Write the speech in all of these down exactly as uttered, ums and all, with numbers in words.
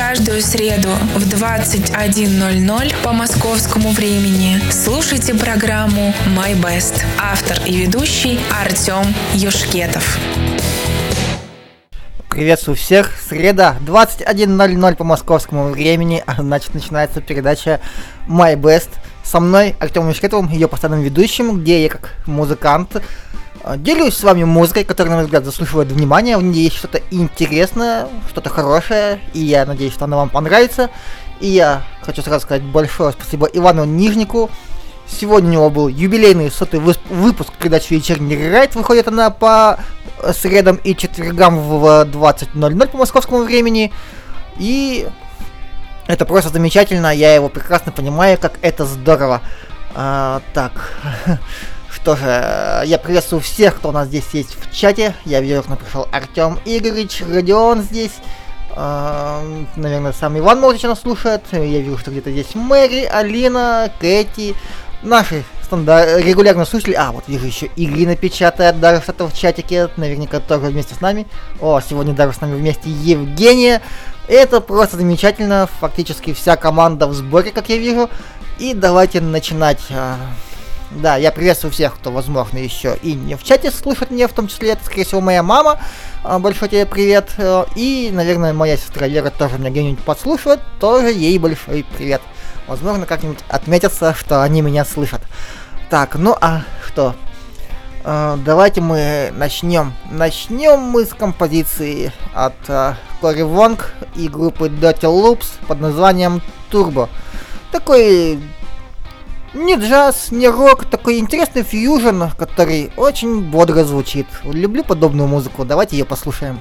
каждую среду в двадцать один ноль ноль по московскому времени слушайте программу My Best. Автор и ведущий Артем Юшкетов. Приветствую всех. Среда, двадцать один ноль ноль по московскому времени, а значит начинается передача My Best. Со мной, Артемом Юшкетовым, ее постоянным ведущим, где я как музыкант делюсь с вами музыкой, которая, на мой взгляд, заслуживает внимания. В ней есть что-то интересное, что-то хорошее, и я надеюсь, что она вам понравится. И я хочу сразу сказать большое спасибо Ивану Нижнику. Сегодня у него был юбилейный сотый выпуск передачи «Вечерний райд». Выходит она по средам и четвергам в двадцать ноль ноль по московскому времени. И это просто замечательно, я его прекрасно понимаю, как это здорово. А, так, что же, я приветствую всех, кто у нас здесь есть в чате. Я вижу, к нам пришел Артем Игоревич, Родион здесь. А, наверное, сам Иван Молча нас слушает. Я вижу, что где-то здесь Мэри, Алина, Кэти. Наши стандарт, регулярно слушатели. А, вот вижу еще Ирина печатает даже что-то в чатике. Наверняка тоже вместе с нами. О, сегодня даже с нами вместе Евгения. Это просто замечательно. Фактически вся команда в сборе, как я вижу. И давайте начинать. Да, я приветствую всех, кто, возможно, еще и не в чате слушает меня, в том числе, это, скорее всего, моя мама. Большой тебе привет. И, наверное, моя сестра Вера тоже меня где-нибудь подслушивает. Тоже ей большой привет. Возможно, как-нибудь отметятся, что они меня слышат. Так, ну а что? Uh, давайте мы начнем. Начнем мы с композиции от uh, Кори Вонг и группы Dirty Loops под названием Turbo. Такой не джаз, не рок, такой интересный фьюжн, который очень бодро звучит. Люблю подобную музыку, давайте ее послушаем.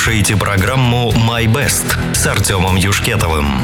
слушаете программу My Best с Артемом Юшкетовым.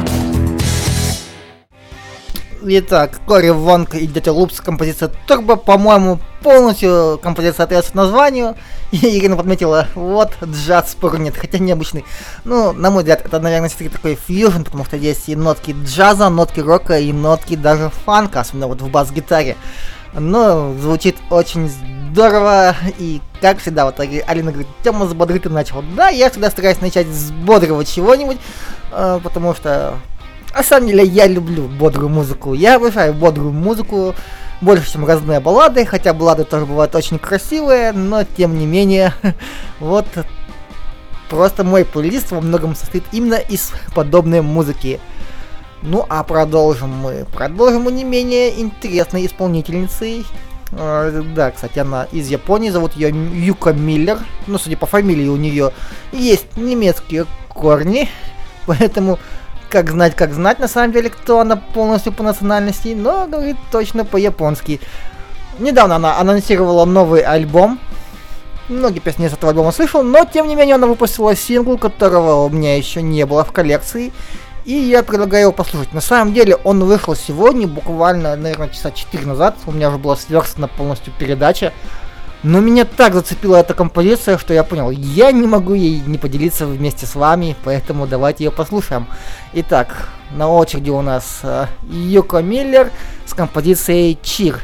Итак, Кори Вонг и Дядя Лупс, композиция Турбо, по-моему, полностью композиция соответствует названию. И Ирина подметила, вот, джаз, спору нет, хотя необычный. Ну, на мой взгляд, это, наверное, все-таки такой фьюжн, потому что есть и нотки джаза, нотки рока, и нотки даже фанка, особенно вот в бас-гитаре. Но звучит очень здорово, и как всегда, вот Алина говорит, Тёма, с бодры ты начал. Да, я всегда стараюсь начать с бодрого чего-нибудь, э, потому что... На самом деле, я люблю бодрую музыку. Я обожаю бодрую музыку больше, чем разные баллады. Хотя баллады тоже бывают очень красивые, но тем не менее, вот просто мой плейлист во многом состоит именно из подобной музыки. Ну а продолжим мы. Продолжим мы не менее интересной исполнительницей. Uh, да, кстати, она из Японии, зовут ее Юка Миллер. Ну, судя по фамилии, у нее есть немецкие корни, поэтому... Как знать, как знать, на самом деле, кто она полностью по национальности, но говорит точно по-японски. Недавно она анонсировала новый альбом. Многие песни с этого альбома слышал, но тем не менее она выпустила сингл, которого у меня еще не было в коллекции. И я предлагаю его послушать. На самом деле он вышел сегодня, буквально, наверное, часа четыре назад. У меня уже была сверстана полностью передача. Но меня так зацепила эта композиция, что я понял, я не могу ей не поделиться вместе с вами, поэтому давайте ее послушаем. Итак, на очереди у нас э, Юка Миллер с композицией «Чир».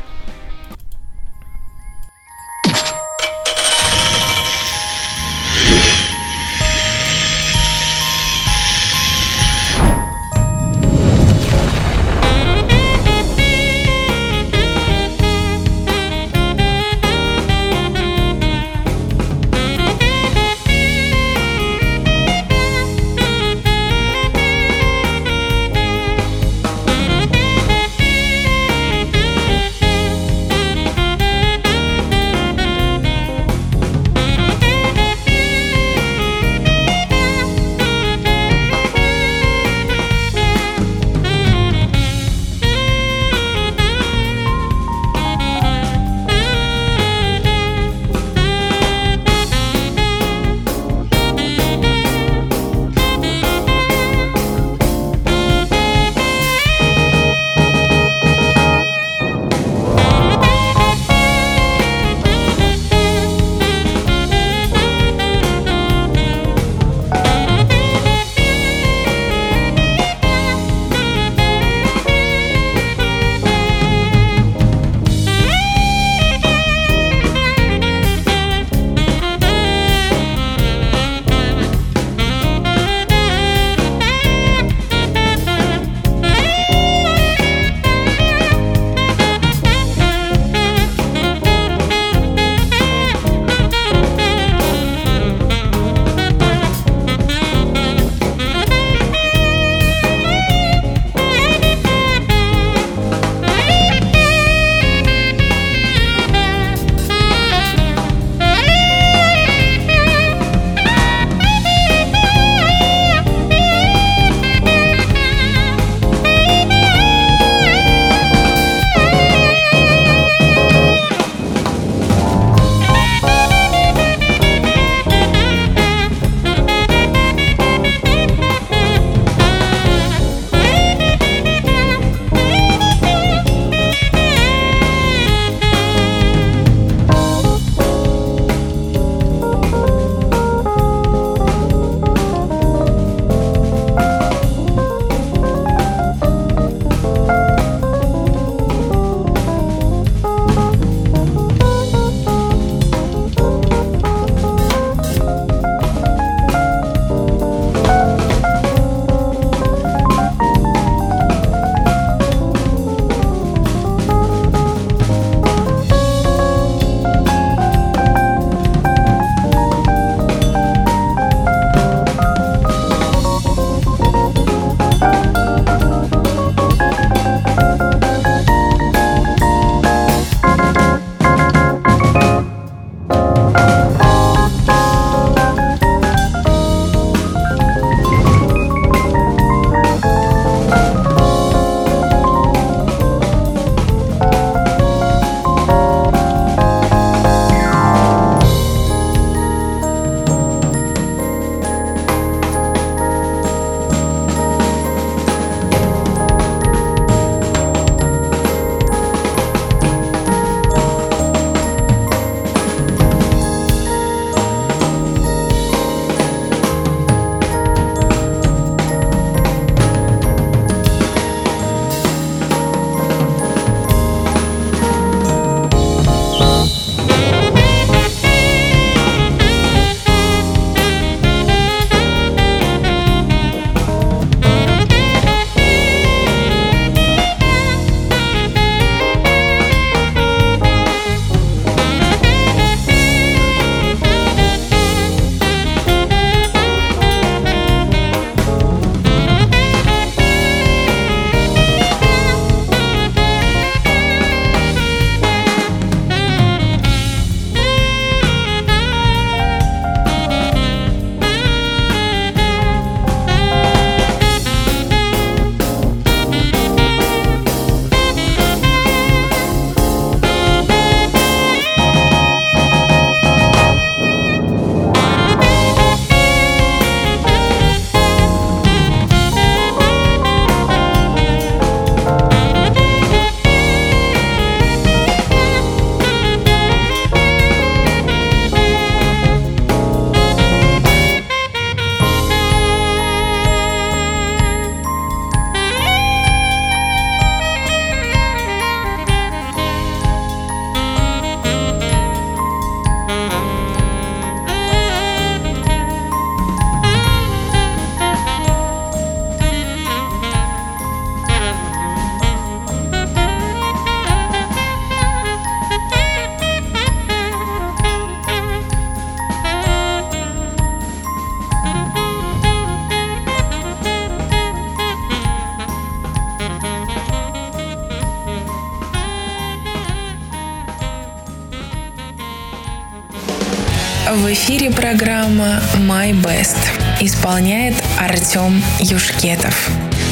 В эфире программа My Best. Исполняет Артем Юшкетов.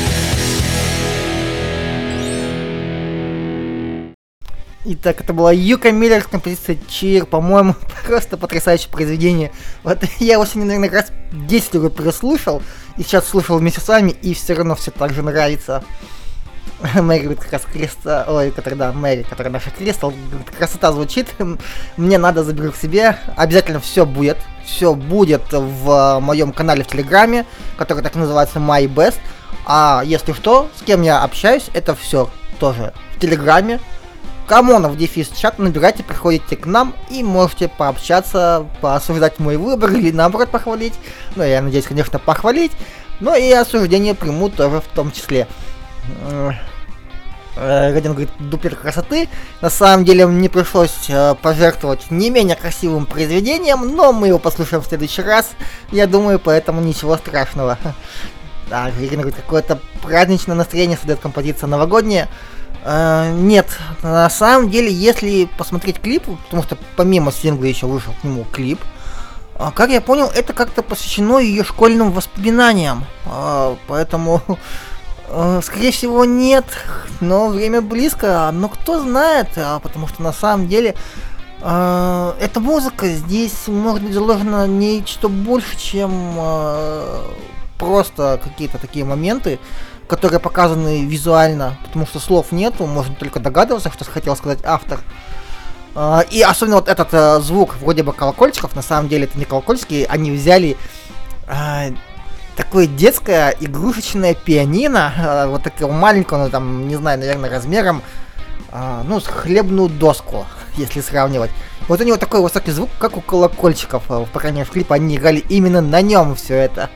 Итак, это была Юка Миллер с композицией Cheer, по-моему, просто потрясающее произведение. Вот я его сегодня, наверное, раз десять уже переслушал, и сейчас слушал вместе с вами, и все равно все так же нравится. Мэри говорит, как раз Кристал, ой, который, да, Мэри, которая наша Кристал, красота звучит, мне надо, заберу к себе, обязательно все будет, все будет в моем канале в Телеграме, который так и называется My Best, а если что, с кем я общаюсь, это все тоже в Телеграме. Камонов дефис чат, набирайте, приходите к нам и можете пообщаться, поосуждать мой выбор или наоборот похвалить, ну я надеюсь, конечно, похвалить, но и осуждение приму тоже в том числе. Родин говорит, дуплер красоты. На самом деле мне пришлось э, пожертвовать не менее красивым произведением, но мы его послушаем в следующий раз, я думаю, поэтому ничего страшного. Да, Родин говорит, какое-то праздничное настроение создает композиция новогодняя. Э, нет, на самом деле, если посмотреть клип, потому что помимо сингла еще вышел к нему клип, э, как я понял, это как-то посвящено ее школьным воспоминаниям, э, поэтому... Скорее всего, нет, но время близко, но кто знает, а, потому что на самом деле э, эта музыка здесь может быть заложена нечто больше, чем э, просто какие-то такие моменты, которые показаны визуально, потому что слов нету, можно только догадываться, что хотел сказать автор. Э, и особенно вот этот э, звук вроде бы колокольчиков, на самом деле это не колокольчики, они взяли... Э, такое детское игрушечное пианино, э, вот такого маленького, ну там, не знаю, наверное, размером, э, ну, с хлебную доску, если сравнивать. Вот у него такой высокий звук, как у колокольчиков, э, по крайней мере, в клипе они играли именно на нем все это.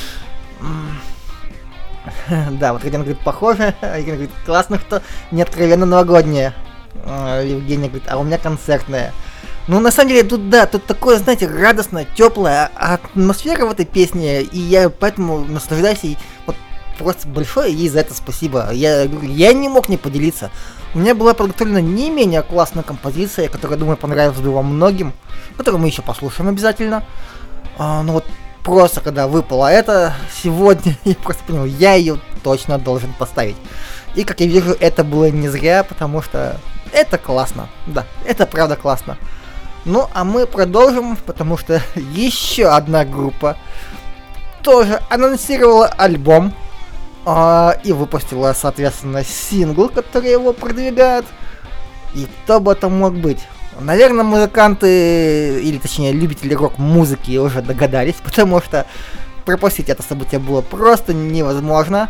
Да, вот Родин говорит, похоже, Евгений говорит, классно, что не откровенно новогоднее. Евгений говорит, а у меня концертное. Ну, на самом деле, тут, да, тут такое, знаете, радостная, теплая атмосфера в этой песне, и я поэтому наслаждаюсь ей, вот, просто большое ей за это спасибо. Я, я не мог не поделиться. У меня была подготовлена не менее классная композиция, которая, думаю, понравилась бы вам многим, которую мы еще послушаем обязательно. А, ну вот, просто когда выпало это сегодня, я просто понял, я ее точно должен поставить. И, как я вижу, это было не зря, потому что это классно. Да, это правда классно. Ну, а мы продолжим, потому что еще одна группа тоже анонсировала альбом э, и выпустила, соответственно, сингл, который его продвигает. И кто бы это мог быть? Наверное, музыканты, или точнее любители рок-музыки уже догадались, потому что пропустить это событие было просто невозможно.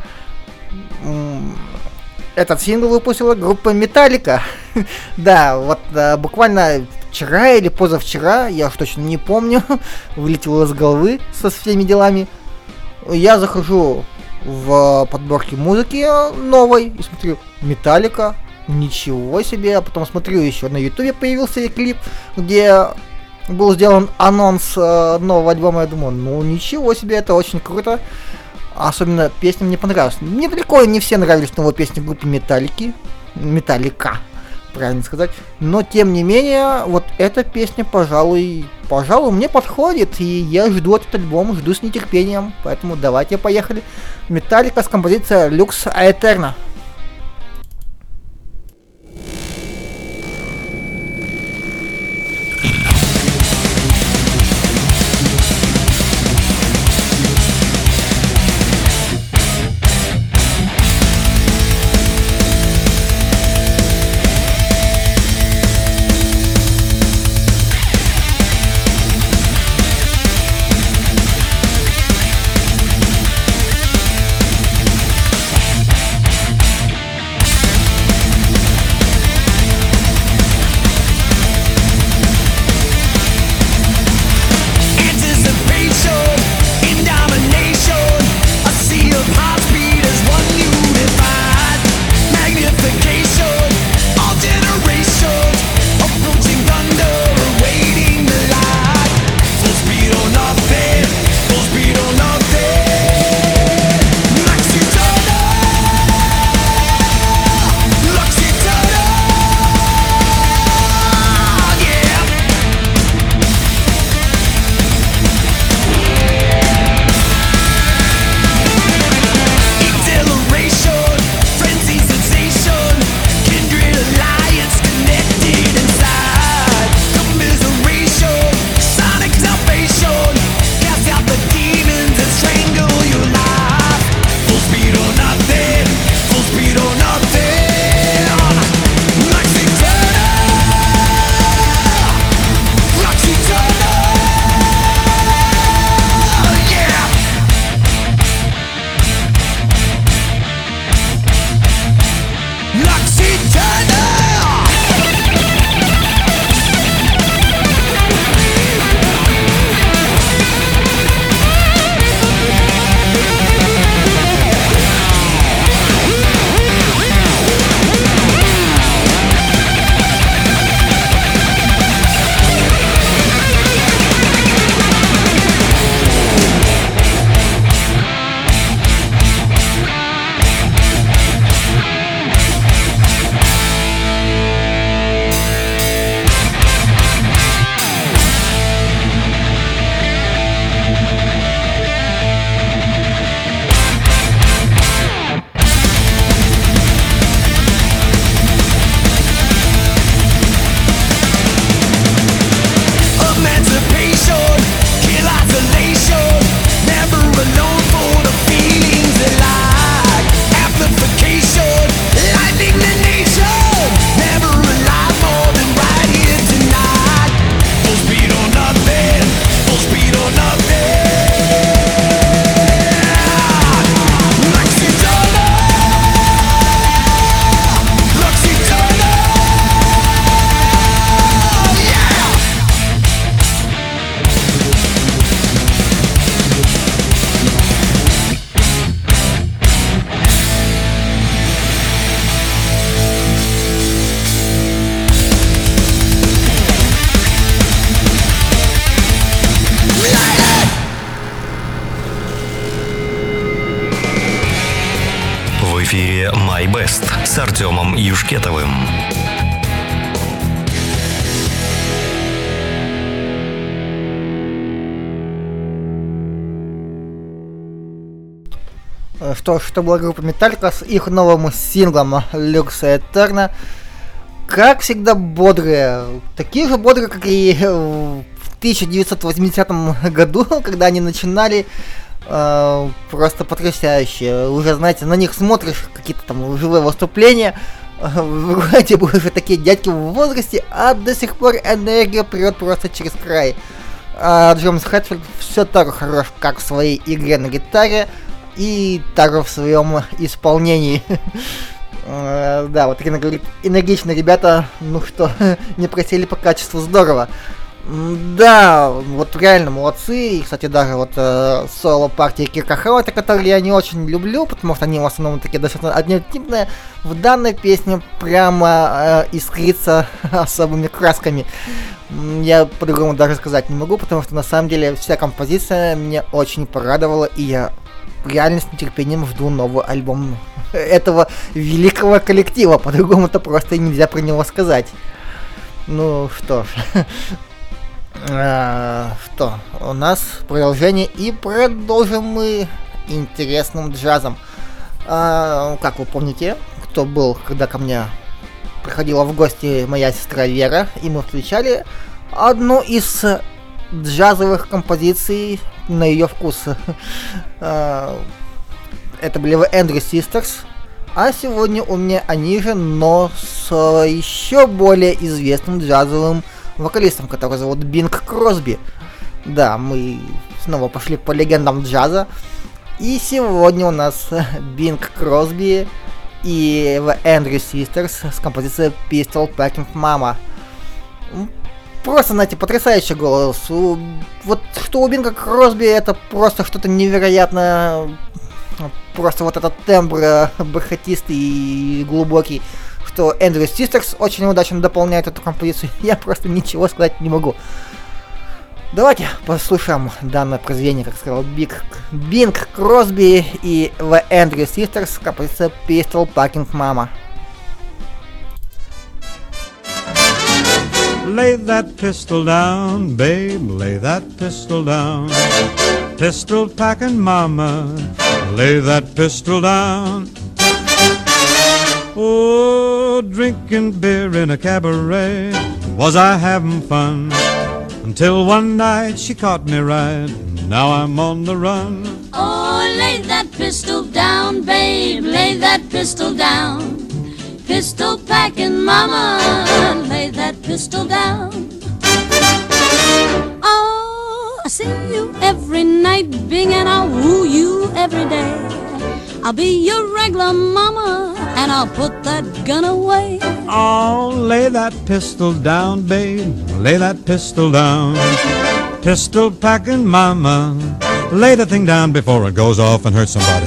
Этот сингл выпустила группа Металлика. Да, вот а, буквально вчера или позавчера, я уж точно не помню, вылетело из головы со всеми делами. Я захожу в подборки музыки новой и смотрю, Металлика, ничего себе. А потом смотрю, еще на ютубе появился клип, где был сделан анонс э, нового альбома. Я думаю, ну ничего себе, это очень круто. Особенно песня мне понравилась. Мне далеко не все нравились новые песни группы Металлики. Металлика, правильно сказать. Но тем не менее, вот эта песня, пожалуй, пожалуй, мне подходит. И я жду этот альбом, жду с нетерпением. Поэтому давайте поехали. Металлика с композицией Lux Aeterna. My Best с Артемом Юшкетовым. Что ж, это была группа Metallica с их новым синглом Lux Eterna. Как всегда бодрые, такие же бодрые, как и в тысяча девятьсот восьмидесятом году, когда они начинали. Э, просто потрясающие. Уже, знаете, на них смотришь, какие-то там живые выступления, вроде бы уже такие дядьки в возрасте, а до сих пор энергия прет просто через край. А Джеймс Хэтфилд все так же хорош, как в своей игре на гитаре, и также в своем исполнении. Uh, да, вот Ирина говорит, энергичные ребята, ну что, не просели по качеству, здорово. Да, вот реально молодцы, и, кстати, даже вот э, соло-партии Кирка Хауэта, которые я не очень люблю, потому что они в основном такие достаточно однотипные, в данной песне прямо э, искрится особыми красками. Я по-другому даже сказать не могу, потому что на самом деле вся композиция меня очень порадовала, и я реально с нетерпением жду новый альбом этого великого коллектива, по-другому-то просто нельзя про него сказать. Ну что ж, а, что, у нас продолжение, и продолжим мы интересным джазом. А, как вы помните, кто был, когда ко мне приходила в гости моя сестра Вера, и мы включали одну из джазовых композиций на ее вкус. Это были The Andrews Sisters, а сегодня у меня они же, но с еще более известным джазовым вокалистом, который зовут Бинг Кросби. Да, мы снова пошли по легендам джаза, и сегодня у нас Бинг Кросби и The Andrews Sisters с композицией Pistol Packing Mama. Просто, знаете, потрясающий голос. У, вот что у Бинга Кросби, это просто что-то невероятное. Просто вот этот тембр бархатистый и глубокий, что Andrews Sisters очень удачно дополняет эту композицию. Я просто ничего сказать не могу. Давайте послушаем данное произведение, как сказал Биг, Бинг Кросби и The Andrews Sisters, композиция Pistol Packing Mama. Lay that pistol down, babe, lay that pistol down. Pistol packing mama, lay that pistol down. Oh, drinking beer in a cabaret, was I having fun? Until one night she caught me right, now I'm on the run. Oh, lay that pistol down, babe, lay that pistol down. Pistol packing mama, lay that pistol down. Oh, I see you every night, Bing, and I'll woo you every day. I'll be your regular mama, and I'll put that gun away. Oh, lay that pistol down, babe, lay that pistol down. Pistol packing mama, lay the thing down before it goes off and hurts somebody.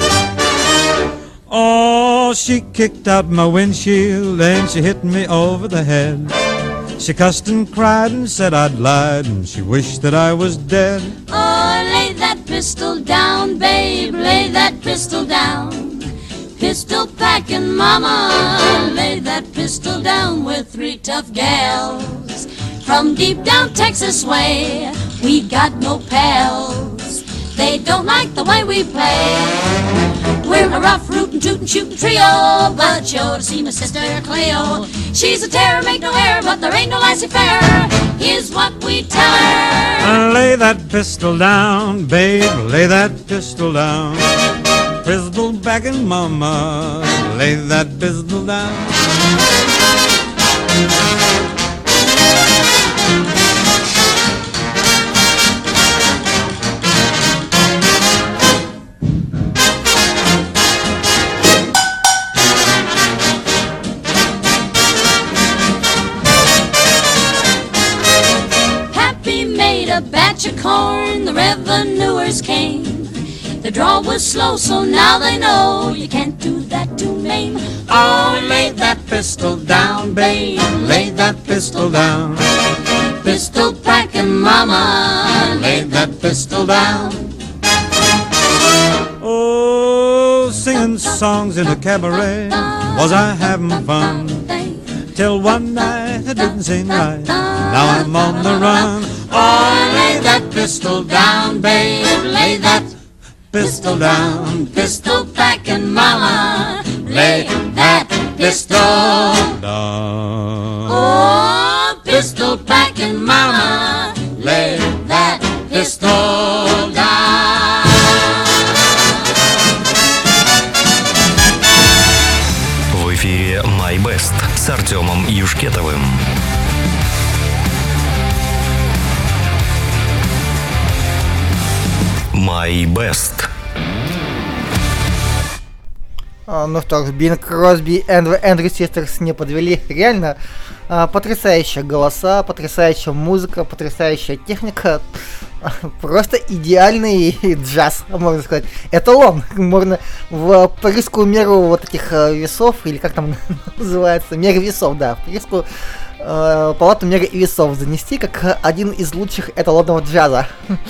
Oh, she kicked out my windshield and she hit me over the head. She cussed and cried and said I'd lied, and she wished that I was dead. Oh, lay that pistol down, babe, lay that pistol down. Pistol packing mama, lay that pistol down. We're three tough gals from deep down Texas way. We got no pals, they don't like the way we play. We're a rough, rootin', tootin', shootin' trio, but you ought to see my sister Cleo. She's a terror, make no error, but there ain't no laissez-faire. Here's what we tell her. Lay that pistol down, babe, lay that pistol down. Pistol backing mama, lay that pistol down. A batch of corn, the revenuers came. The draw was slow, so now they know you can't do that to Maine. Oh, lay that pistol down, babe, lay that pistol down. Pistol packing mama, lay that pistol down. Oh, singing songs in a cabaret was I having fun? Till one night I didn't sing right. Now I'm on the run. Oh, lay that pistol down, babe. Lay that pistol down. Pistol packing mama, lay that pistol down. Oh, pistol packing mama, lay that pistol down. В эфире My Best с Артемом Юшкетовым. My Best. А, ну что ж, Бинг Кросби и Эндрю Систерс не подвели. Реально а, потрясающие голоса, потрясающая музыка, потрясающая техника. Просто идеальный джаз, можно сказать. Эталон. Можно в парижскую меру вот этих весов, или как там называется, меры весов, да, в парижскую э, палату меры и весов занести, как один из лучших эталонов джаза.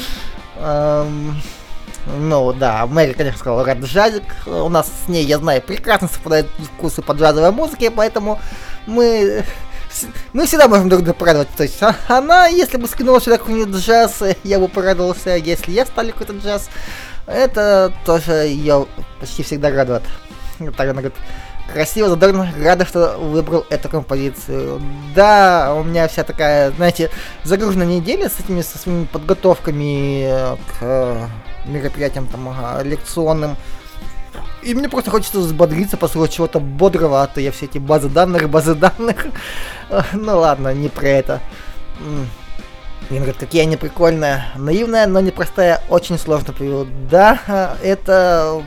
Ну да, Мэри, конечно, сказала рад джазик. У нас с ней, я знаю, прекрасно совпадают вкусы по джазовой музыке, поэтому мы, мы всегда можем друг друга порадовать. То есть она, если бы скинула сюда какой-нибудь джаз, я бы порадовался. Если я ставлю какой-то джаз, это тоже ее почти всегда радует. Так она говорит, красиво, задорно, рада, что выбрал эту композицию. Да, у меня вся такая, знаете, загруженная неделя с этими, со своими подготовками к мероприятиям там, ага, лекционным. И мне просто хочется взбодриться, послушать чего-то бодрого, а то я все эти базы данных, базы данных. Ну ладно, не про это. Блин, говорит, какие они прикольные. Наивная, но непростая, очень сложно пою. Да, это...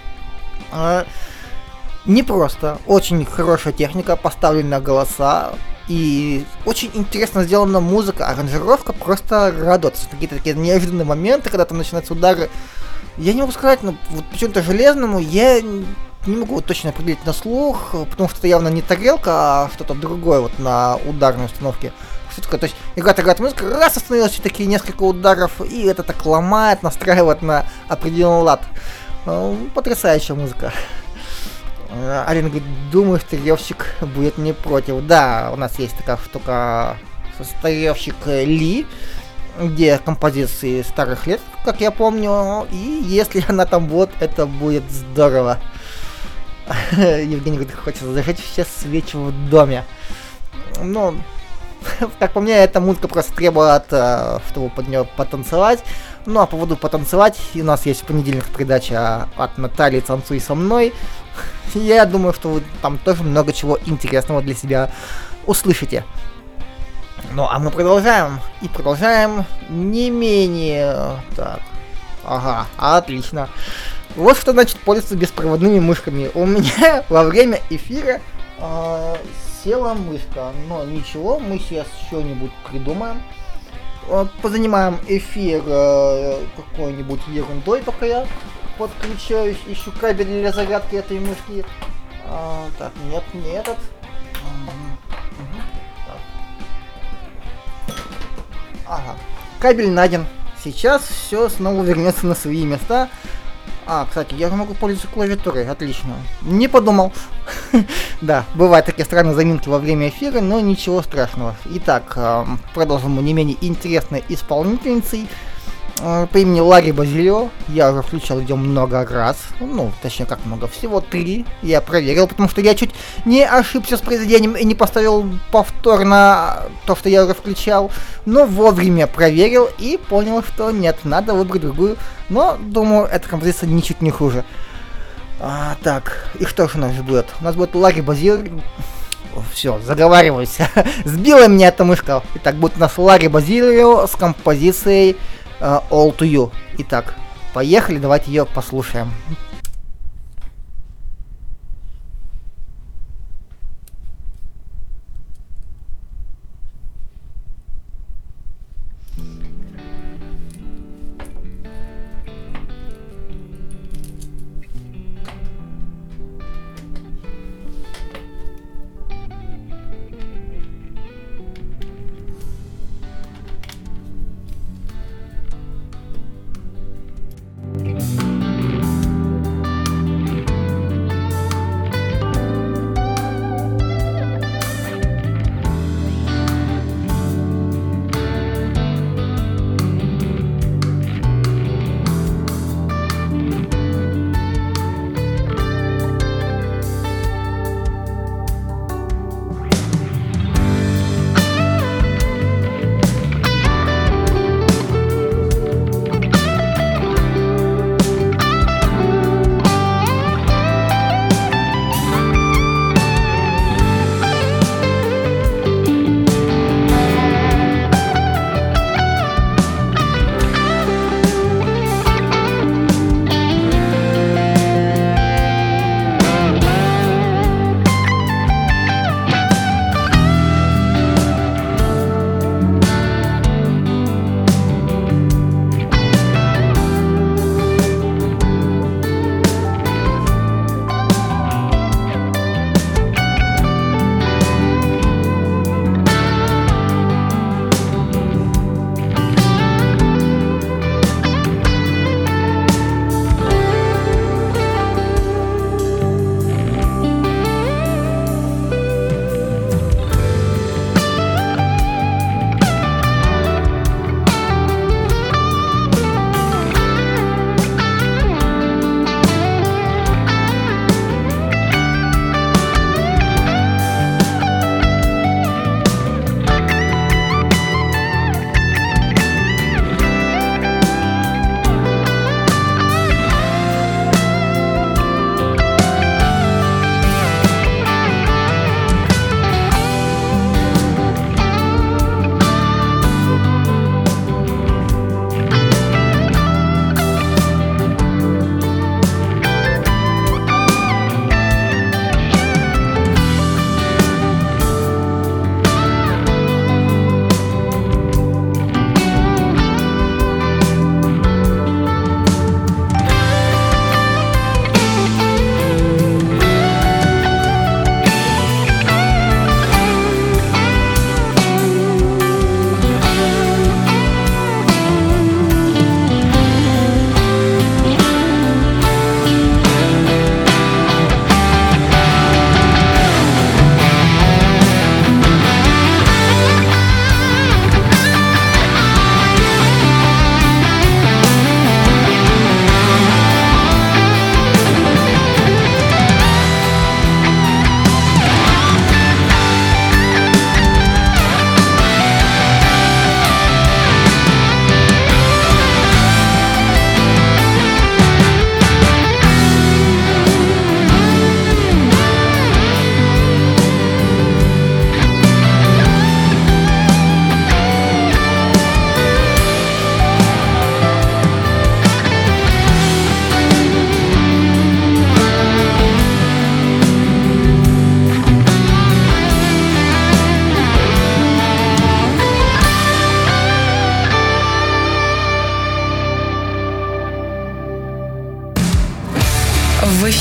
Не просто, очень хорошая техника, поставленные голоса, и очень интересно сделана музыка, аранжировка просто радует. Какие-то такие неожиданные моменты, когда там начинаются удары. Я не могу сказать, но вот почему-то железному я не могу вот точно определить на слух, потому что это явно не тарелка, а что-то другое вот на ударной установке. Что такое? То есть играет, играет музыка, раз остановилась, такие несколько ударов, и это так ломает, настраивает на определенный лад. Потрясающая музыка. Алина говорит, думаю, старьевщик будет не против. Да, у нас есть такая штука, старьевщик Ли, где композиции старых лет, как я помню, и если она там будет, это будет здорово. Евгений говорит, хочется зажечь все свечи в доме. Ну, как по мне, эта музыка просто требует, чтобы под нее потанцевать. Ну, а по поводу потанцевать, у нас есть в понедельник передача от Натальи «Танцуй со мной». Я думаю, что вы там тоже много чего интересного для себя услышите. Ну, а мы продолжаем. И продолжаем не менее... Так. Ага, отлично. Вот что значит пользоваться беспроводными мышками. У меня во время эфира э, села мышка. Но ничего, мы сейчас что-нибудь придумаем. Э, позанимаем эфир э, какой-нибудь ерундой, пока я подключаюсь, ищу кабель для зарядки этой мышки. А, так, нет, не этот. Угу. Так. Ага, кабель найден. Сейчас все снова вернется на свои места. А, кстати, я могу пользоваться клавиатурой, отлично. Не подумал. Да, бывают такие странные заминки во время эфира, но ничего страшного. Итак, продолжим мы не менее интересной исполнительницей по имени Ларри Базилио. Я уже включал ее много раз. Ну, точнее, как много, всего три. Я проверил, потому что я чуть не ошибся с произведением и не поставил повторно то, что я уже включал. Но вовремя проверил и понял, что нет, надо выбрать другую. Но, думаю, эта композиция ничуть не хуже. А, так, и что же у нас будет? У нас будет Ларри Базилио. Все, заговариваюсь. Сбила меня эта мышка. Итак, будет у нас Ларри Базилио с композицией Uh, All to You. Итак, поехали, давайте ее послушаем.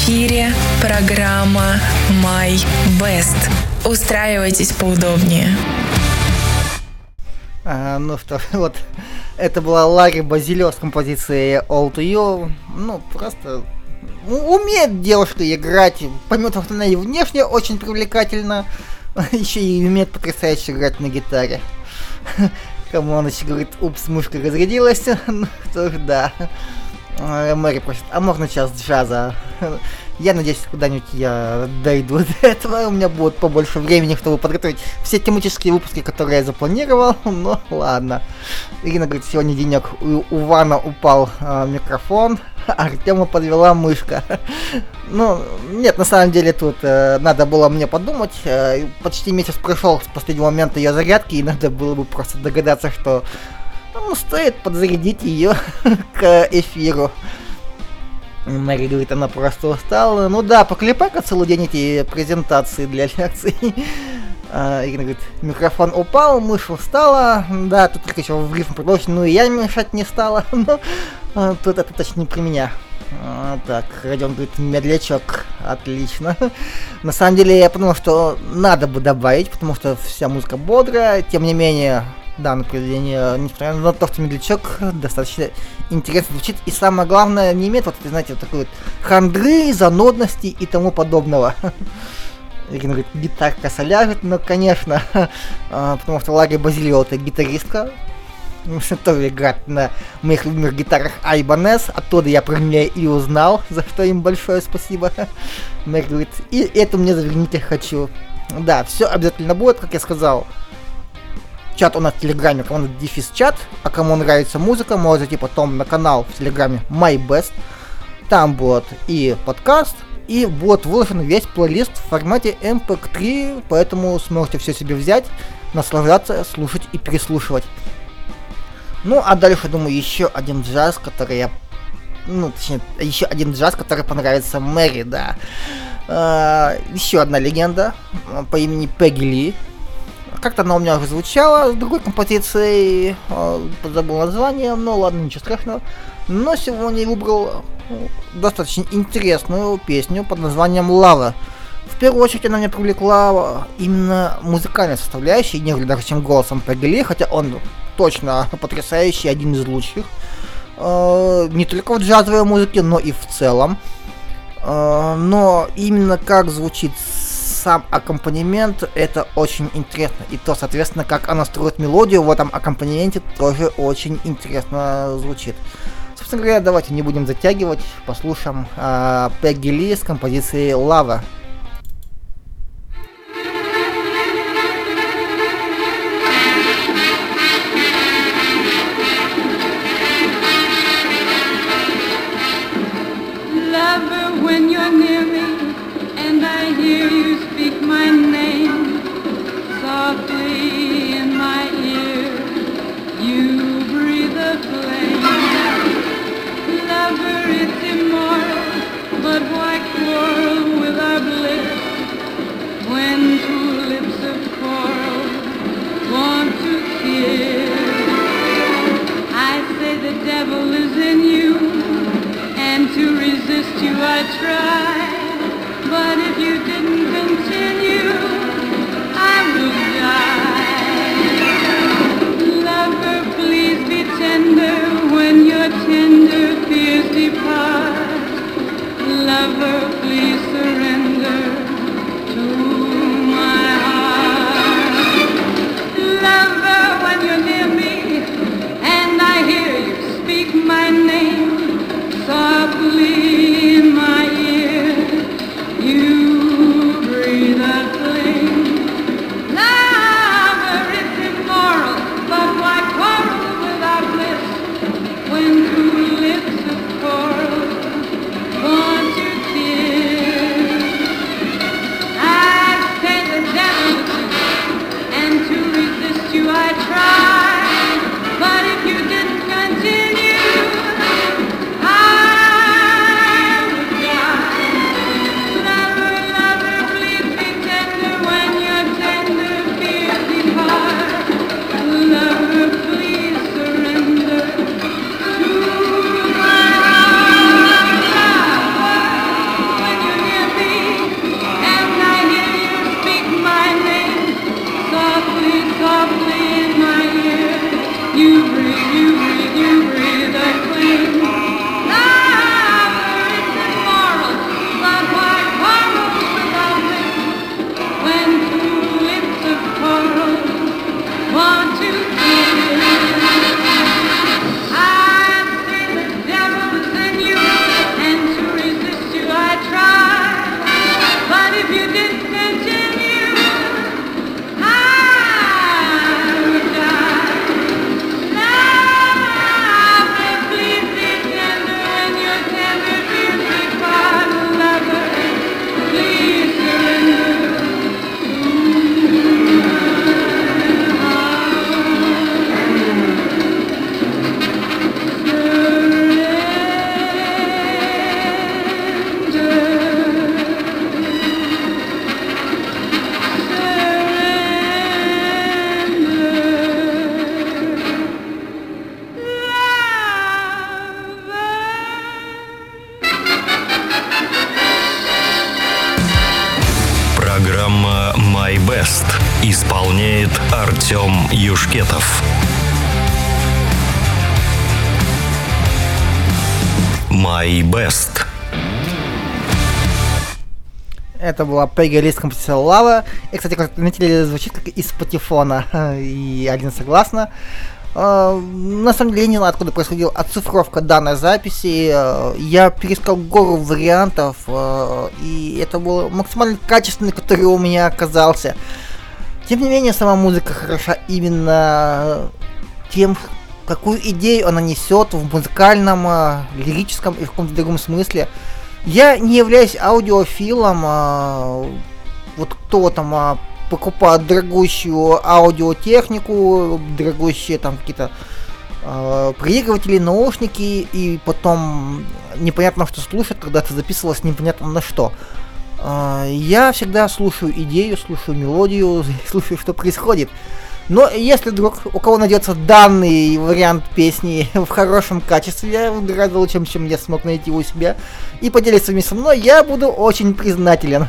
эфире программа My Best. Устраивайтесь поудобнее. А, ну что, вот это была Ларри Базилио с композицией All to You. Ну, просто умеет девушка играть, помимо того, что она и внешне очень привлекательна, еще и умеет потрясающе играть на гитаре. Кому он еще говорит, упс, мышка разрядилась, ну что ж, да. Мэри просит, а можно час джаза? Я надеюсь, когда-нибудь я дойду до этого, у меня будет побольше времени, чтобы подготовить все тематические выпуски, которые я запланировал, но ладно. Ирина говорит, сегодня денек у, у Вана упал а, микрофон, Артема подвела мышка. Ну, нет, на самом деле тут э, надо было мне подумать, э, почти месяц прошел с последнего момента ее зарядки, и надо было бы просто догадаться, что ну, стоит подзарядить ее к эфиру. Мэри говорит, она просто устала. Ну да, поклепай-ка целый день эти презентации для лекций. А, Ирина говорит, микрофон упал, мышь устала. Да, тут только еще в рифм продолжить, ну и я мешать не стала. Но а, тут это точно не про меня. А, так, Родион говорит, медлячок, отлично. На самом деле я подумал, что надо бы добавить, потому что вся музыка бодрая, тем не менее... данное произведение, несмотря на то, что медлячок достаточно интересно звучит, и самое главное, не имеет вот, знаете, вот такой вот хандры, занудности и тому подобного. Ирина говорит, гитарка соляжет, но, конечно, потому что Ларри Базилио это гитаристка, тоже играет на моих любимых гитарах Ibanez, оттуда я про нее и узнал, за что им большое спасибо. Мэри говорит, и это мне заверните хочу. Да, все обязательно будет, как я сказал. Чат у нас в Телеграме, команда Дефис Чат, а кому нравится музыка, может зайти потом на канал в Телеграме My Best. Там будет и подкаст, и будет выложен весь плейлист в формате эм пи три, поэтому сможете все себе взять, наслаждаться, слушать и переслушивать. Ну, а дальше, думаю, еще один джаз, который я... Ну, точнее, еще один джаз, который понравится Мэри, да. А, еще одна легенда по имени Пегги Ли. Как-то она у меня уже звучала с другой композицией, э, забыл название, но ладно, ничего страшного. Но сегодня я выбрал э, достаточно интересную песню под названием «Лава». В первую очередь она меня привлекла именно музыкальной составляющей, нежели даже чем голосом Пегги Ли, хотя он точно потрясающий, один из лучших. Э, не только в джазовой музыке, но и в целом. Э, но именно как звучит сам аккомпанемент, это очень интересно. И то, соответственно, как она строит мелодию в этом аккомпанементе, тоже очень интересно звучит. Собственно говоря, давайте не будем затягивать, послушаем э, Пегги Ли с композицией «Лава». My name softly in my ear, you breathe a flame. Lover, it's immoral, but why quarrel with our исполняет Артем Юшкетов. My Best. Это была плейлист композиция Лава. И, кстати, как заметили, звучит как из патефона. И Алина согласна. Uh, на самом деле я не знаю, откуда происходила оцифровка данной записи. Uh, я перескал гору вариантов, uh, и это был максимально качественный, который у меня оказался. Тем не менее, сама музыка хороша именно тем, какую идею она несет в музыкальном, uh, лирическом и в каком-то другом смысле. Я не являюсь аудиофилом. Uh, вот кто там uh, покупают дорогущую аудиотехнику, дорогущие там какие-то э, проигрыватели, наушники, и потом непонятно что слушать, когда это записывалось непонятно на что. Э, я всегда слушаю идею, слушаю мелодию, слушаю, что происходит. Но если вдруг у кого найдется данный вариант песни в хорошем качестве, гораздо лучше, чем я смог найти у себя, и поделиться вместе со мной, я буду очень признателен.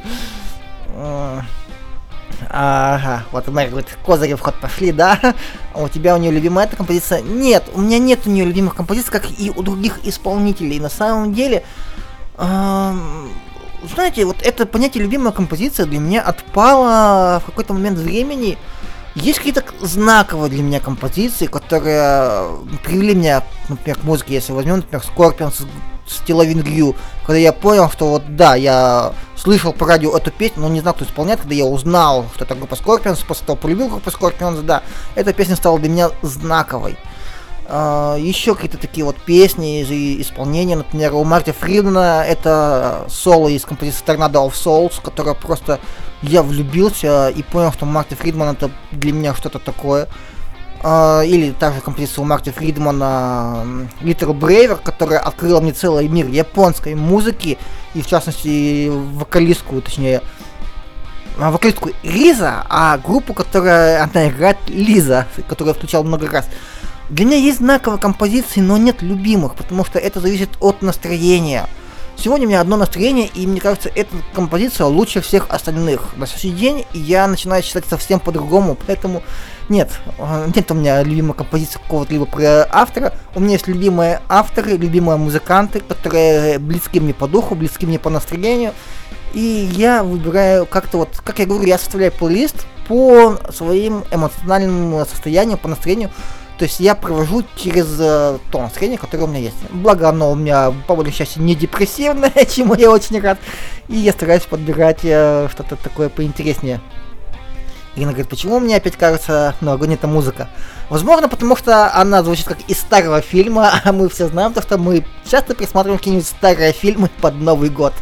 Ага, вот Мэр говорит, козыри в ход пошли, да? А у тебя у нее любимая эта композиция? Нет, у меня нет у нее любимых композиций, как и у других исполнителей. На самом деле, эм, знаете, вот это понятие любимая композиция для меня отпало в какой-то момент времени. Есть какие-то знаковые для меня композиции, которые привели меня, например, к музыке, если возьмем, например, Scorpions с Loving You, когда я понял, что вот да, я слышал по радио эту песню, но не знал, кто исполняет, когда я узнал, что это группа Scorpions, после того полюбил группу Scorpions, да, эта песня стала для меня знаковой. Uh, еще какие-то такие вот песни из исполнения, например, у Марти Фридмана это соло из композиции Tornado of Souls, которая просто я влюбился и понял, что Марти Фридман это для меня что-то такое. Uh, или также композиция у Марти Фридмана Little Braver, которая открыла мне целый мир японской музыки, и в частности вокалистку, точнее вокалистку Лиза, а группу, которая она играет, Лиза, которую я включал много раз. Для меня есть знаковые композиции, но нет любимых, потому что это зависит от настроения. Сегодня у меня одно настроение, и мне кажется, эта композиция лучше всех остальных. На следующий день я начинаю считать совсем по-другому, поэтому нет, нет у меня любимой композиции какого-то либо автора. У меня есть любимые авторы, любимые музыканты, которые близки мне по духу, близки мне по настроению. И я выбираю как-то вот, как я говорю, я составляю плейлист по своим эмоциональному состоянию, по настроению. То есть я провожу через э, то настроение, которое у меня есть. Благо оно у меня, по большей части, не депрессивное, чему я очень рад. И я стараюсь подбирать э, что-то такое поинтереснее. Ирина говорит, почему мне опять кажется, ну, огонь это музыка? Возможно, потому что она звучит как из старого фильма, а мы все знаем, то, что мы часто пересматриваем какие-нибудь старые фильмы под Новый год.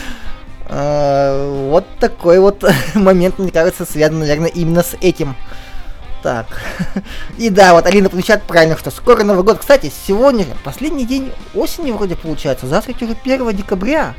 э, вот такой вот момент, мне кажется, связан, наверное, именно с этим. Так, и да, вот Алина помечает правильно, что скоро Новый год. Кстати, сегодня же последний день осени вроде получается, завтра уже первого декабря.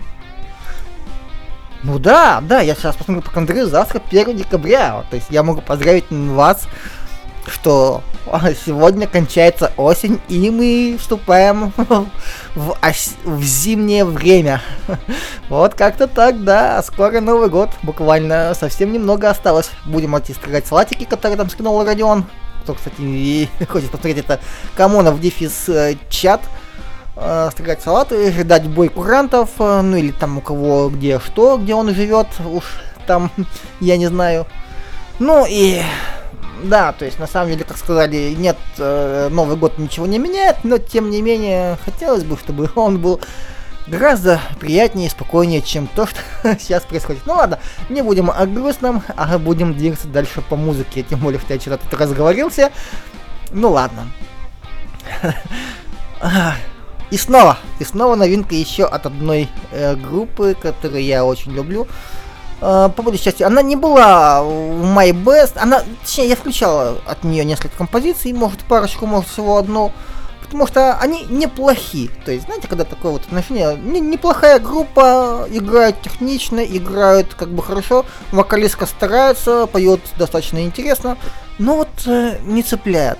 Ну да, да, я сейчас посмотрю по календарю, завтра первого декабря. То есть я могу поздравить вас, что сегодня кончается осень, и мы вступаем в, ос- в зимнее время. Вот как-то так, да, скоро Новый год, буквально совсем немного осталось. Будем идти строгать салатики, которые там скинул Родион. Кто, кстати, и хочет посмотреть, это Камонов дефис чат. Строгать салаты, ждать бой курантов, ну или там у кого где что, где он живет, уж там, я не знаю. Ну и... Да, то есть на самом деле, как сказали, нет, э, Новый год ничего не меняет, но тем не менее хотелось бы, чтобы он был гораздо приятнее и спокойнее, чем то, что сейчас происходит. Ну ладно, не будем о грустном, а будем двигаться дальше по музыке, тем более, что я что-то тут разговорился. Ну ладно. И снова, и снова новинка еще от одной э, группы, которую я очень люблю. По большей части, она не была в My Best, она, точнее, я включал от нее несколько композиций, может парочку, может всего одну, потому что они неплохи. То есть, знаете, когда такое вот отношение, не, неплохая группа, играют технично, играют как бы хорошо, вокалистка старается, поет достаточно интересно, но вот э, не цепляет.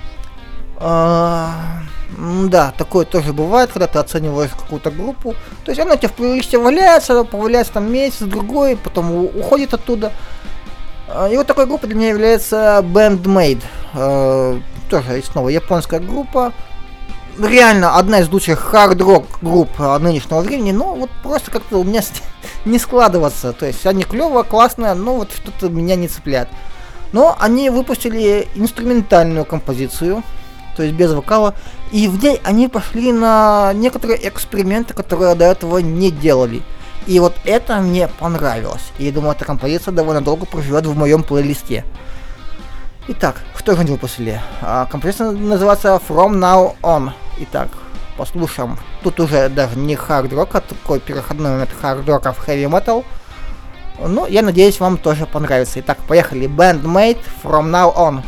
А, да, такое тоже бывает, когда ты оцениваешь какую-то группу. То есть она у тебя в плейлисте валяется, поваляется там месяц, другой, потом уходит оттуда. И вот такой группой для меня является Band-Maid. Тоже снова японская группа. Реально одна из лучших хард-рок групп нынешнего времени, но вот просто как-то у меня не складывается. То есть они клево, классно, но вот что-то меня не цепляет. Но они выпустили инструментальную композицию, то есть без вокала, и в ней они пошли на некоторые эксперименты, которые до этого не делали. И вот это мне понравилось. И я думаю, эта композиция довольно долго проживет в моем плейлисте. Итак, что же они выпустили? А, композиция называется From Now On. Итак, послушаем. Тут уже даже не хард-рок, а такой переходной момент хард-рока в хэви-метал. Ну, я надеюсь, вам тоже понравится. Итак, поехали. Band-Maid From Now On.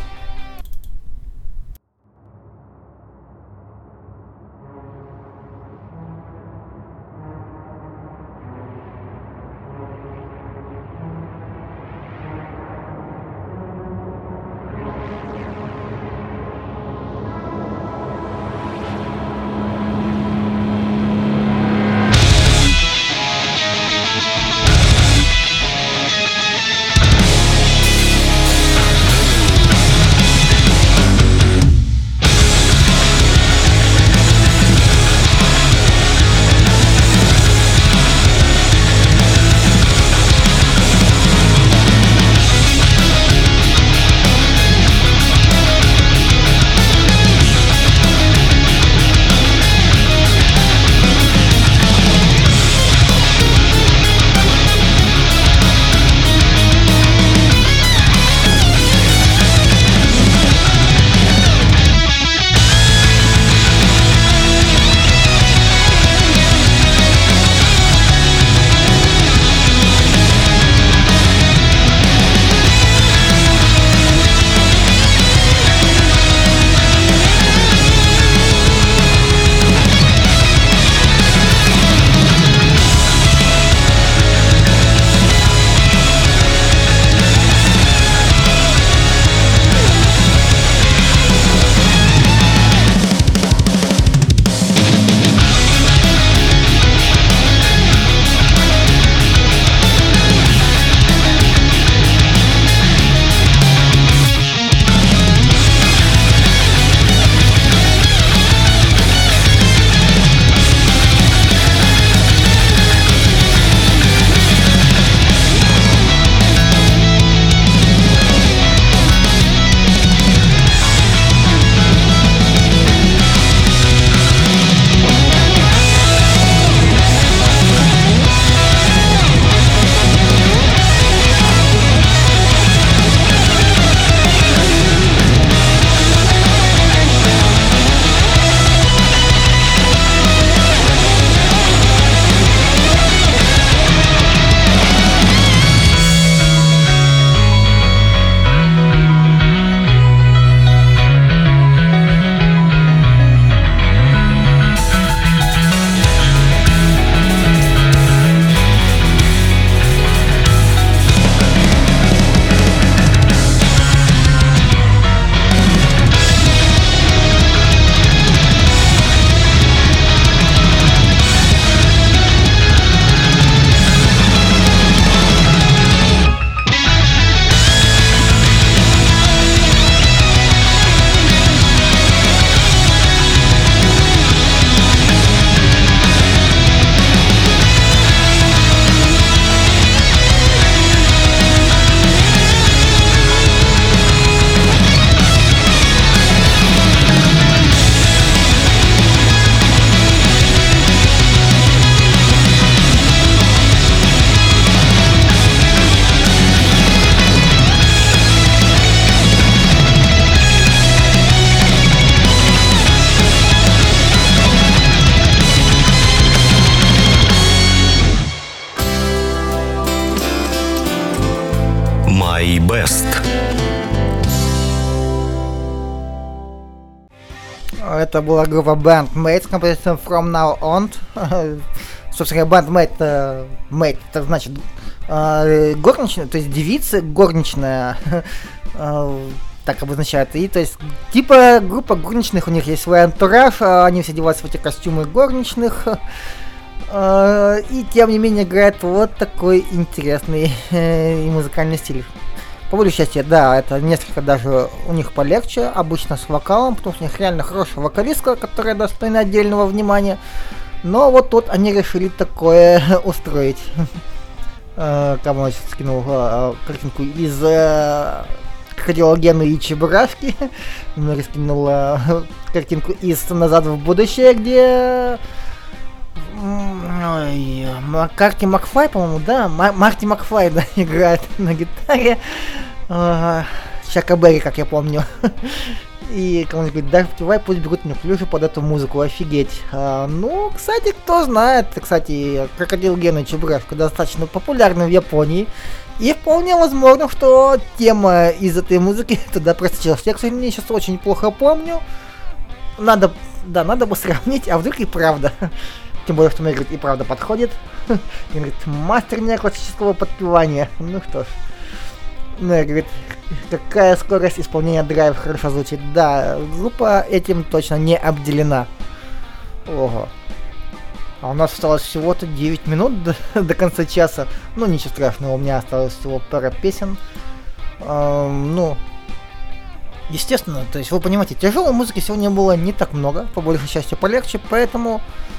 My Best. Это была группа Band-Maid с композицией From Now On. Собственно, Band-Maid, uh, Maid, это значит uh, горничная, то есть девица горничная, uh, так обозначает. И то есть типа группа горничных, у них есть свой антураж, они все одеваются в эти костюмы горничных. Uh, и тем не менее играет вот такой интересный uh, музыкальный стиль. По большей части, да, это несколько даже у них полегче, обычно с вокалом, потому что у них реально хорошая вокалистка, которая достойна отдельного внимания. Но вот тут они решили такое устроить. Кому я скинул картинку из Крокодила Гены и Чебурашки. Мне скинул картинку из «Назад в будущее», где Ой, Марти Макфлай, по-моему, да, Мар- Марти Макфлай, да, играет на гитаре. Uh, Чака Берри, как я помню. И кому-нибудь говорит, даже пивай, пусть берут неуклюже под эту музыку, офигеть. Uh, ну, кстати, кто знает, кстати, Крокодил Гена и Чебурашка достаточно популярны в Японии. И вполне возможно, что тема из этой музыки туда просочилась. Я, к сожалению, сейчас очень плохо помню. Надо, да, надо бы сравнить, а вдруг и правда. Тем более, что мне, говорит, и правда подходит. И говорит, мастер неоклассического подпевания. Ну что ж. Ну, я говорит, какая скорость исполнения драйв хорошо звучит. Да, группа этим точно не обделена. Ого. А у нас осталось всего-то девять минут до, до конца часа. Ну, ничего страшного, у меня осталось всего пара песен. Эм, ну, естественно, то есть, вы понимаете, тяжелой музыки сегодня было не так много, по большей части полегче, поэтому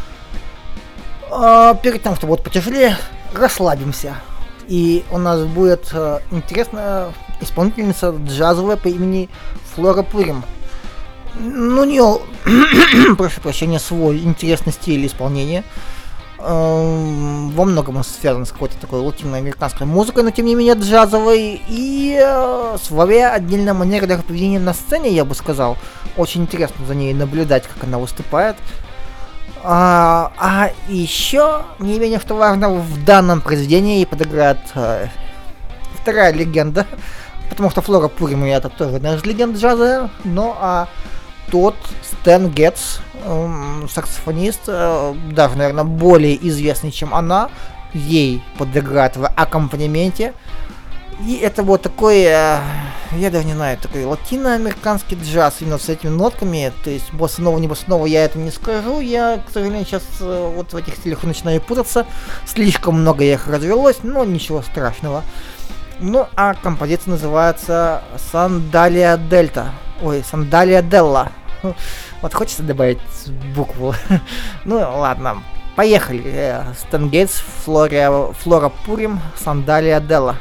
э, перед тем, чтобы вот потяжелее, расслабимся. И у нас будет э, интересная исполнительница джазовая по имени Флора Пурим. Ну, у нее, прошу прощения, свой интересный стиль исполнения. Эм, во многом он связан с какой-то такой латиноамериканской музыкой, но тем не менее джазовой. И э, своя отдельная манера даже поведения на сцене, я бы сказал. Очень интересно за ней наблюдать, как она выступает. А, а еще, не менее что важно, в данном произведении ей подыграет э, вторая легенда. Потому что Флора Пурим это тоже наш легенд джаза. Ну а тот Стэн Гетц, э, саксофонист, э, даже, наверное, более известный, чем она, ей подыграет в аккомпанементе. И это вот такой, э, я даже не знаю, такой латиноамериканский джаз именно с этими нотками. То есть босса-нова, не босса-нова, я это не скажу. Я, к сожалению, сейчас э, вот в этих стилях начинаю путаться. Слишком много их развелось, но ничего страшного. Ну, а композиция называется «Сандалия Дельта». Ой, «Сандалия Делла». Вот хочется добавить букву. Ну, ладно. Поехали. Стэн Гетц, Флора, Флора Пурим, «Сандалия Делла».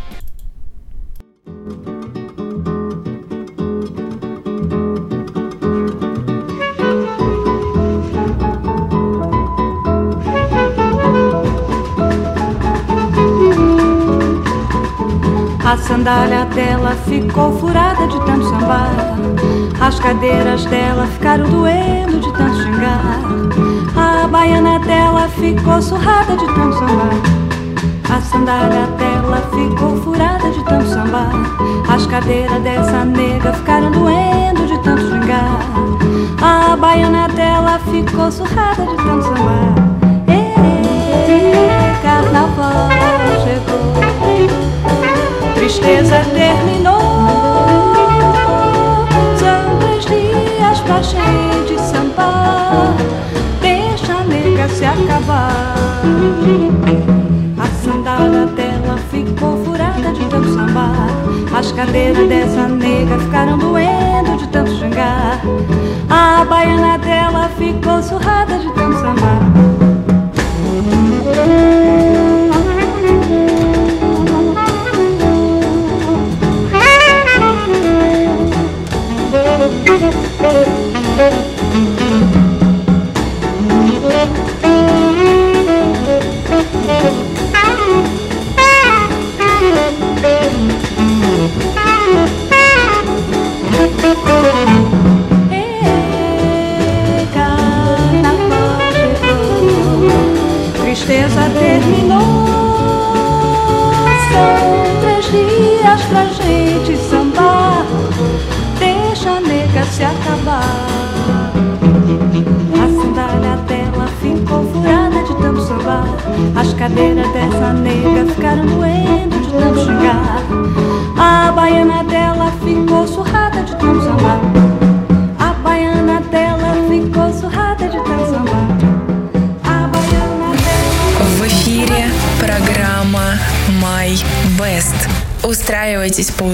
A sandália dela ficou furada de tanto sambar. As cadeiras dela ficaram doendo de tanto xingar. A baiana dela ficou surrada de tanto sambar. A sandália dela ficou furada de tanto sambar. As cadeiras dessa nega ficaram doendo de tanto xingar. A baiana dela ficou surrada de tanto sambar. Ei, carnaval chegou, tristeza terminou. São três dias pra gente sambar. Deixa a nega se acabar. A sandália dela ficou furada de tanto sambar. As cadeiras dessa nega ficaram doendo de tanto xingar. A baiana dela ficou surrada de tanto sambar. Ei, carnaval chegou, tristeza terminou. São três dias pra gente sambar. Deixa a nega se acabar. A sandália dela ficou furada de tanto sambar. As cadeiras dessa nega ficaram doendo de tanto xingar. A baiana dela ficou surrada de tanto sambar. A baiana dela ficou surrada de tanto sambar. A baiana dela... В эфире программа My Best. Устраивайтесь поудобнее.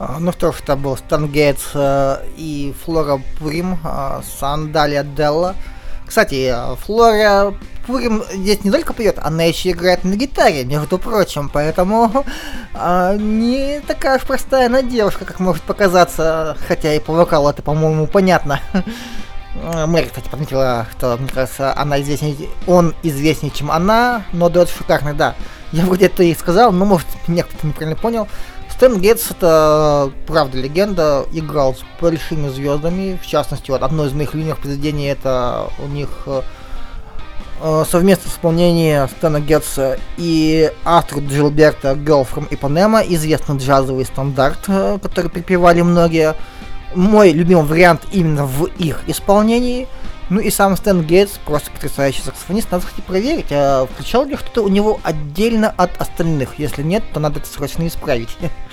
Ну что ж, это был Стэн Гейтс э, и Флора Пурим, э, Сандалия Делла. Кстати, Флора Пурим здесь не только поет, она еще играет на гитаре, между прочим, поэтому э, не такая уж простая она девушка, как может показаться, хотя и по вокалу это, по-моему, понятно. Мэри, кстати, подметила, что, мне кажется, она известнее, он известнее, чем она, но дуэт шикарный, да. Я вроде это и сказал, но, может, меня кто-то неправильно понял. Стэн Гейтс — это, правда, легенда, играл с большими звездами, в частности, вот одно из моих любимых произведений — это у них э, совместное исполнение Стэна Гейтса и Артура Джилберта «Girl from Ipanema», известный джазовый стандарт, э, который припевали многие. Мой любимый вариант именно в их исполнении. Ну и сам Стэн Гейтс просто потрясающий саксофонист. Надо, кстати, проверить, а включал ли что-то у него отдельно от остальных. Если нет, то надо это срочно исправить.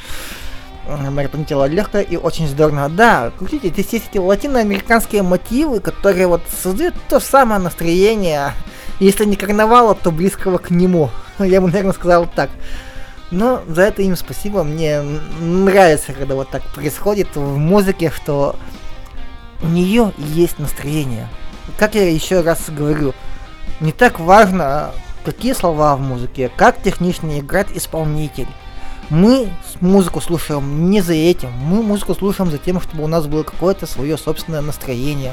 Мэри полетела легко и очень здорово. Да, крутите, здесь есть эти латиноамериканские мотивы, которые вот создают то самое настроение. Если не карнавала, то близкого к нему. Я бы, наверное, сказал так. Но за это им спасибо. Мне нравится, когда вот так происходит в музыке, что у нее есть настроение. Как я еще раз говорю, не так важно, какие слова в музыке, как технично играет исполнитель. Мы музыку слушаем не за этим, мы музыку слушаем за тем, чтобы у нас было какое-то свое собственное настроение.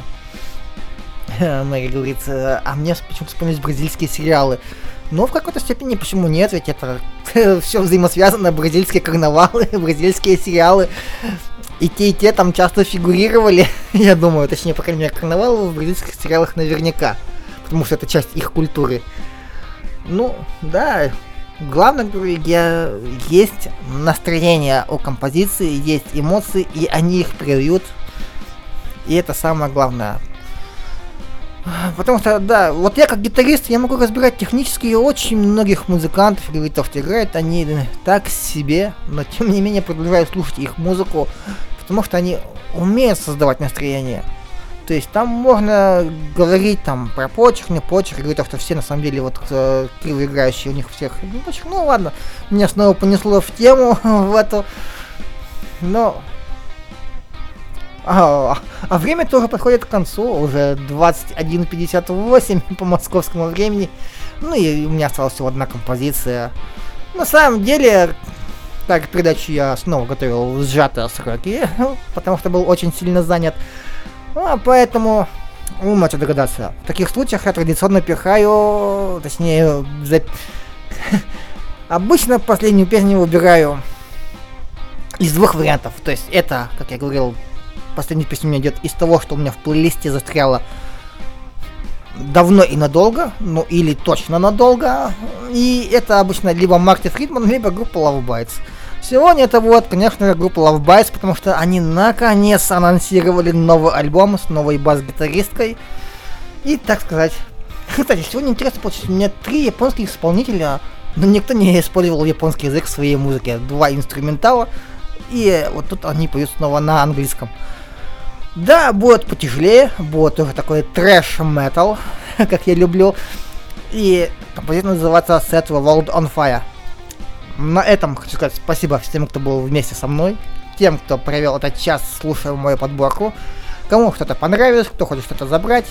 Мэри говорит, а мне почему-то вспомнились бразильские сериалы. Но в какой-то степени почему нет, ведь это все взаимосвязано, бразильские карнавалы, бразильские сериалы. И те, и те там часто фигурировали, я думаю, точнее, по крайней мере, карнавалы в бразильских сериалах наверняка, потому что это часть их культуры. Ну, да, главное, говорю, я, есть настроение у композиции, есть эмоции, и они их передают, и это самое главное. Потому что, да, вот я как гитарист, я могу разбирать технически очень многих музыкантов, или то, что играют они так себе, но тем не менее продолжаю слушать их музыку, потому что они умеют создавать настроение. То есть там можно говорить там про почерк, не почерк, говорить, что все на самом деле вот э, криво играющие, у них всех ну, почерк, ну ладно, меня снова понесло в тему в эту, но... А, а время тоже подходит к концу, уже двадцать один пятьдесят восемь по московскому времени. Ну и у меня осталась всего одна композиция. На самом деле, так, передачу я снова готовил в сжатые сроки, потому что был очень сильно занят. А, поэтому вы можете догадаться. В таких случаях я традиционно пихаю, точнее, за... обычно последнюю песню выбираю из двух вариантов. То есть это, как я говорил, последняя песня у меня идет из того, что у меня в плейлисте застряло давно и надолго, ну или точно надолго. И это обычно либо Марти Фридман, либо группа Love Bites. Сегодня это вот, конечно, группа Love Bites, потому что они наконец анонсировали новый альбом с новой бас-гитаристкой. И, так сказать... Кстати, сегодня интересно получить, у меня три японских исполнителя, но никто не использовал японский язык в своей музыке. Два инструментала, и вот тут они поют снова на английском. Да, будет потяжелее, будет уже такой трэш-метал, как я люблю. И композиция называется Set the World on Fire. На этом хочу сказать спасибо всем, кто был вместе со мной, тем, кто провел этот час, слушая мою подборку. Кому что-то понравилось, кто хочет что-то забрать.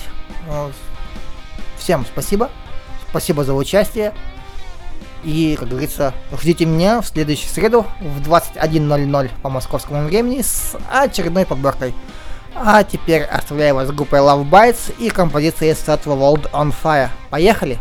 Всем спасибо. Спасибо за участие. И, как говорится, ждите меня в следующую среду в двадцать один ноль ноль по московскому времени с очередной подборкой. А теперь оставляю вас с группой Love Bites и композицией Set the World on Fire. Поехали!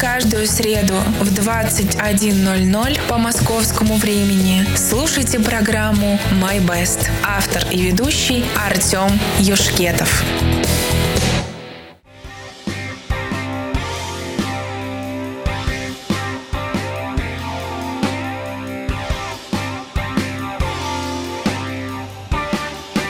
Каждую среду в двадцать один ноль ноль по московскому времени слушайте программу My Best. Автор и ведущий Артем Юшкетов.